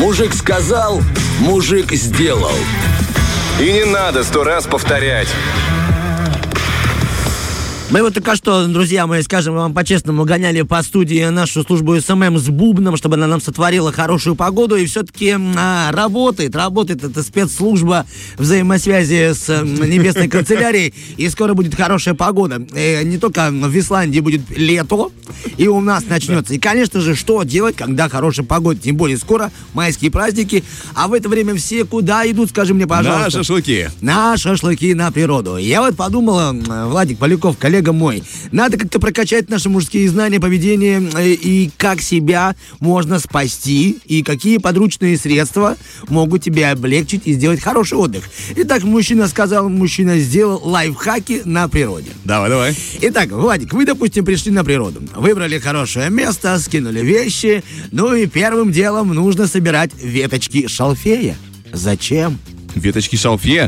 Мужик сказал, мужик сделал. И не надо 100 раз повторять. Мы вот только что, друзья мои, скажем вам по-честному, гоняли по студии нашу службу СММ с бубном, чтобы она нам сотворила хорошую погоду, и все-таки работает эта спецслужба взаимосвязи с небесной канцелярией, и скоро будет хорошая погода. И не только в Исландии будет лето, и у нас начнется. И, конечно же, что делать, когда хорошая погода, тем более скоро майские праздники, а в это время все куда идут, скажи мне, пожалуйста? На шашлыки. На шашлыки, на природу. Я вот подумала, Владик Поляков, коллега мой, надо как-то прокачать наши мужские знания, поведение и как себя можно спасти, и какие подручные средства могут тебе облегчить и сделать хороший отдых. Итак, мужчина сказал, мужчина сделал лайфхаки на природе. Давай. Итак, Владик, вы, допустим, пришли на природу, выбрали хорошее место, скинули вещи, ну и первым делом нужно собирать веточки шалфея. Зачем? Веточки шалфея.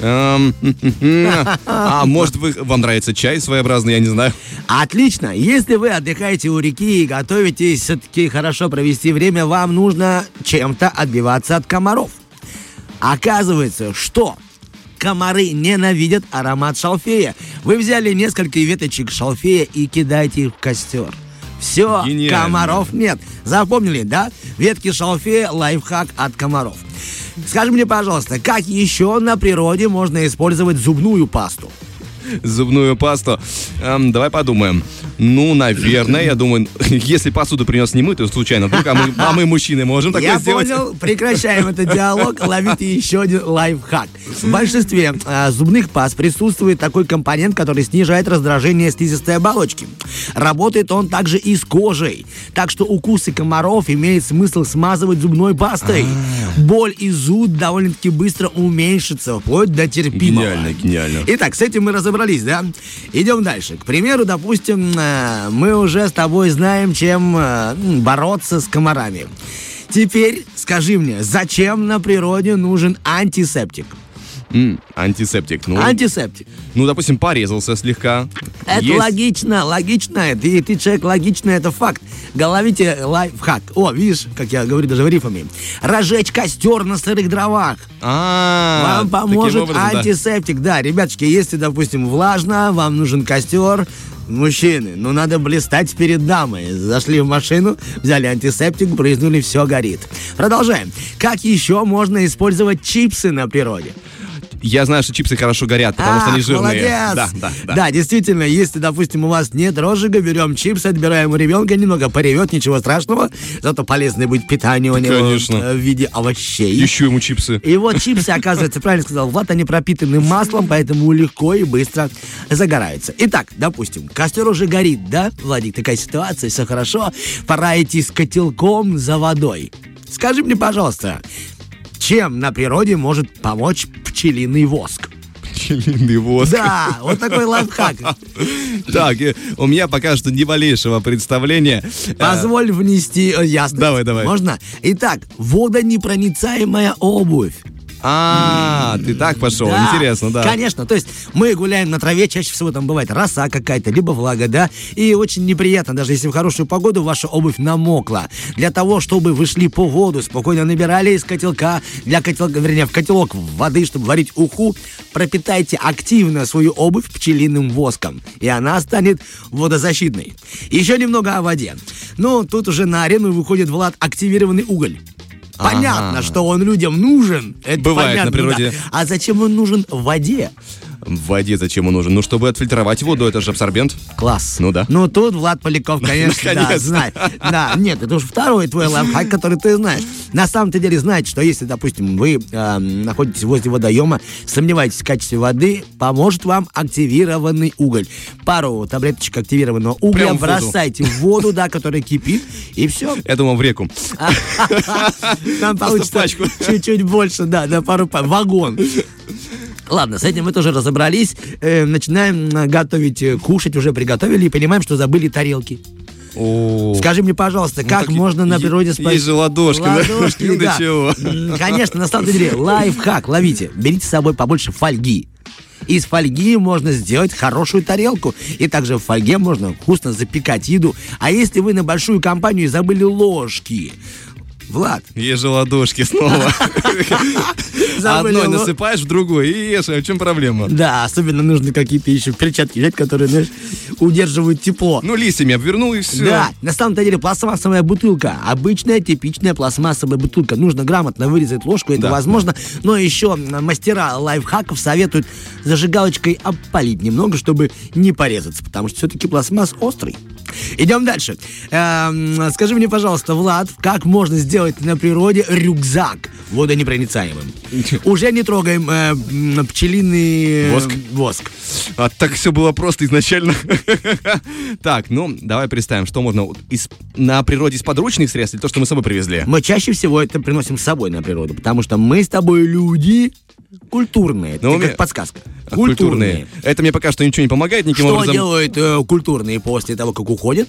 Может, вам нравится чай своеобразный, я не знаю. Отлично. Если вы отдыхаете у реки и готовитесь все-таки хорошо провести время, вам нужно чем-то отбиваться от комаров. Оказывается, что комары ненавидят аромат шалфея. Вы взяли несколько веточек шалфея и кидаете их в костер. Все, гениально. Комаров нет. Запомнили, да? Ветки шалфея — лайфхак от комаров. Скажи мне, пожалуйста, как еще на природе можно использовать зубную пасту? Зубную пасту. Давай подумаем. Ну, наверное, я думаю, если посуду принес не мы, то случайно вдруг, а мы мужчины, можем такое сделать. Я понял, прекращаем этот диалог, ловите еще один лайфхак. В большинстве зубных паст присутствует такой компонент, который снижает раздражение слизистой оболочки. Работает он также и с кожей. Так что укусы комаров имеет смысл смазывать зубной пастой. Боль и зуд довольно-таки быстро уменьшится, вплоть до терпимого. Гениально. Итак, с этим мы разобрались, да? Идем дальше. К примеру, допустим, мы уже с тобой знаем, чем бороться с комарами. Теперь скажи мне, зачем на природе нужен антисептик? Антисептик. Антисептик. Ну, допустим, порезался слегка. Это логично. Ты человек логичный, это факт. Головите лайфхак. О, видишь, как я говорю даже рифмами. Разжечь костер на сырых дровах. Вам поможет антисептик. Да, ребятушки, если, допустим, влажно, вам нужен костер. Мужчины, надо блистать перед дамой. Зашли в машину, взяли антисептик, брызнули, все горит. Продолжаем. Как еще можно использовать чипсы на природе? Я знаю, что чипсы хорошо горят, потому что они жирные. Молодец! Да, действительно, если, допустим, у вас нет розжига, берем чипсы, отбираем у ребенка, немного поревет, ничего страшного, зато полезное будет питание у него. Конечно. В виде овощей. Еще ему чипсы. И вот чипсы, оказывается, правильно сказал Влад, они пропитаны маслом, поэтому легко и быстро загораются. Итак, допустим, костер уже горит, да, Владик, такая ситуация, все хорошо, пора идти с котелком за водой. Скажи мне, пожалуйста, чем на природе может помочь пчелиный воск? Пчелиный воск. Да, вот такой лайфхак. Так, у меня пока что ни малейшего представления. Позволь внести ясность. Давай. Можно? Итак, водонепроницаемая обувь. Ты так пошел, Да, интересно, да. Конечно, то есть мы гуляем на траве, чаще всего там бывает роса какая-то, либо влага, да, и очень неприятно, даже если в хорошую погоду ваша обувь намокла. Для того, чтобы вы шли по воду, спокойно набирали из котелка, в котелок воды, чтобы варить уху, пропитайте активно свою обувь пчелиным воском, и она станет водозащитной. Еще немного о воде. Тут уже на арену выходит, Влад, активированный уголь. Понятно, что он людям нужен. Это бывает понятно, на природе. Да. А зачем он нужен в воде? В воде зачем он нужен? Чтобы отфильтровать воду, это же абсорбент. Класс. Да. Тут Влад Поляков, конечно, да, знает. Да, нет, это уже второй твой лайфхак, который ты знаешь. На самом-то деле, знаете, что если, допустим, вы находитесь возле водоема, сомневаетесь в качестве воды, поможет вам активированный уголь. Пару таблеточек активированного угля бросайте в воду, да, которая кипит, и все. Я думал, в реку. Там получится чуть-чуть больше, да, пару вагон. Ладно, с этим мы тоже разобрались. Начинаем готовить, кушать уже приготовили и понимаем, что забыли тарелки. Скажи мне, пожалуйста, как можно на природе спать? Есть же ладошки, да? Чего? Конечно, на самом деле, лайфхак, ловите. Берите с собой побольше фольги. Из фольги можно сделать хорошую тарелку. И также в фольге можно вкусно запекать еду. А если вы на большую компанию забыли ложки, Влад. Ешь же ладошки снова. Одной насыпаешь в другой и ешь. В чем проблема? Да, особенно нужно какие-то еще перчатки взять, которые, знаешь, удерживают тепло. Ну, листьями обвернул и все. Да, на самом-то деле пластмассовая бутылка. Обычная, типичная пластмассовая бутылка. Нужно грамотно вырезать ложку, это возможно. Но еще мастера лайфхаков советуют зажигалочкой обпалить немного, чтобы не порезаться, потому что все-таки пластмасс острый. Идем дальше. Скажи мне, пожалуйста, Влад, как можно сделать на природе рюкзак водонепроницаемым? Уже не трогаем пчелиный воск. А так все было просто изначально. Так, ну, давай представим, что можно на природе из подручных средств или то, что мы с собой привезли? Мы чаще всего это приносим с собой на природу, потому что мы с тобой люди культурные. Это как подсказка. Культурные. Это мне пока что ничего не помогает никаким что образом. Что делают культурные после того, как уходят?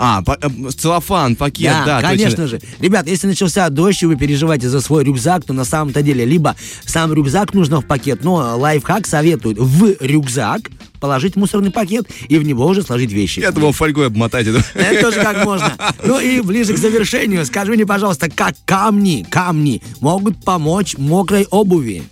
Целлофан, пакет, да, конечно же. Ребят, если начался дождь, и вы переживаете за свой рюкзак, то на самом-то деле либо сам рюкзак нужно в пакет, но лайфхак советует в рюкзак положить мусорный пакет и в него уже сложить вещи. Я думал, фольгой обмотать. Это тоже как можно. Ну и ближе к завершению, скажи мне, пожалуйста, как камни могут помочь мокрой обуви?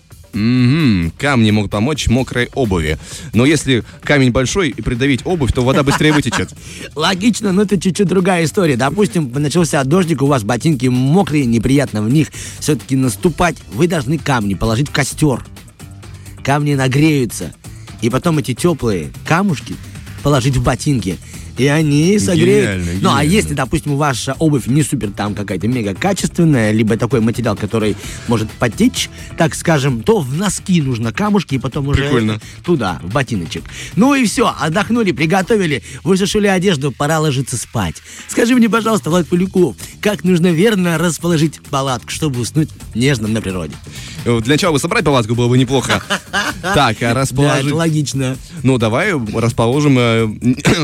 Камни могут помочь мокрой обуви. Но если камень большой и придавить обувь, то вода быстрее вытечет. Логично, но это чуть-чуть другая история. Допустим, начался дождик, у вас ботинки мокрые, неприятно в них все-таки наступать. Вы должны камни положить в костер. Камни нагреются. И потом эти теплые камушки положить в ботинки. И они согреют. Гениально. Ну, а если, допустим, ваша обувь не супер там какая-то мега качественная, либо такой материал, который может потечь, так скажем, то в носки нужно камушки, и потом уже туда, в ботиночек. Ну и все, отдохнули, приготовили, высушили одежду, пора ложиться спать. Скажи мне, пожалуйста, Влад Поляков, как нужно верно расположить палатку, чтобы уснуть нежно на природе? Для начала бы собрать палатку было бы неплохо. Так, а расположить... Да, это логично. Ну, давай расположим...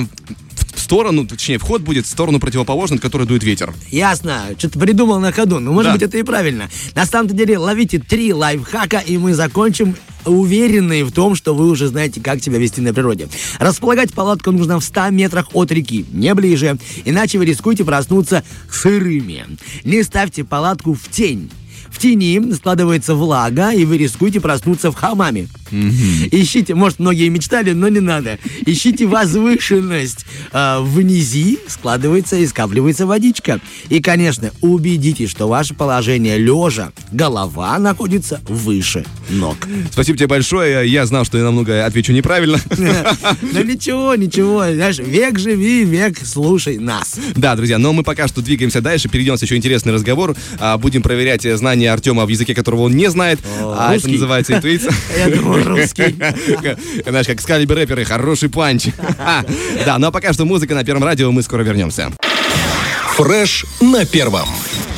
сторону, точнее, вход будет в сторону противоположную, от которой дует ветер. Ясно. Что-то придумал на ходу. Ну, может быть, это и правильно. На самом деле, ловите 3 лайфхака, и мы закончим уверенные в том, что вы уже знаете, как себя вести на природе. Располагать палатку нужно в 100 метрах от реки, не ближе, иначе вы рискуете проснуться сырыми. Не ставьте палатку в тень. В тени складывается влага, и вы рискуете проснуться в хамаме. Ищите, может, многие мечтали, но не надо. Ищите возвышенность. Внизи складывается и скапливается водичка. И, конечно, убедитесь, что ваше положение лежа, голова находится выше ног. Спасибо тебе большое. Я знал, что я намного отвечу неправильно. Ну ничего. Знаешь, век живи, век слушай нас. Да, друзья, но мы пока что двигаемся дальше. Впереди у нас еще интересный разговор. Будем проверять знания Артема в языке, которого он не знает. А это называется интуиция. Я думаю, русский. Знаешь, как Скальби рэперы, хороший панч. Да, ну а пока что музыка на Первом радио, мы скоро вернемся. Фреш на первом.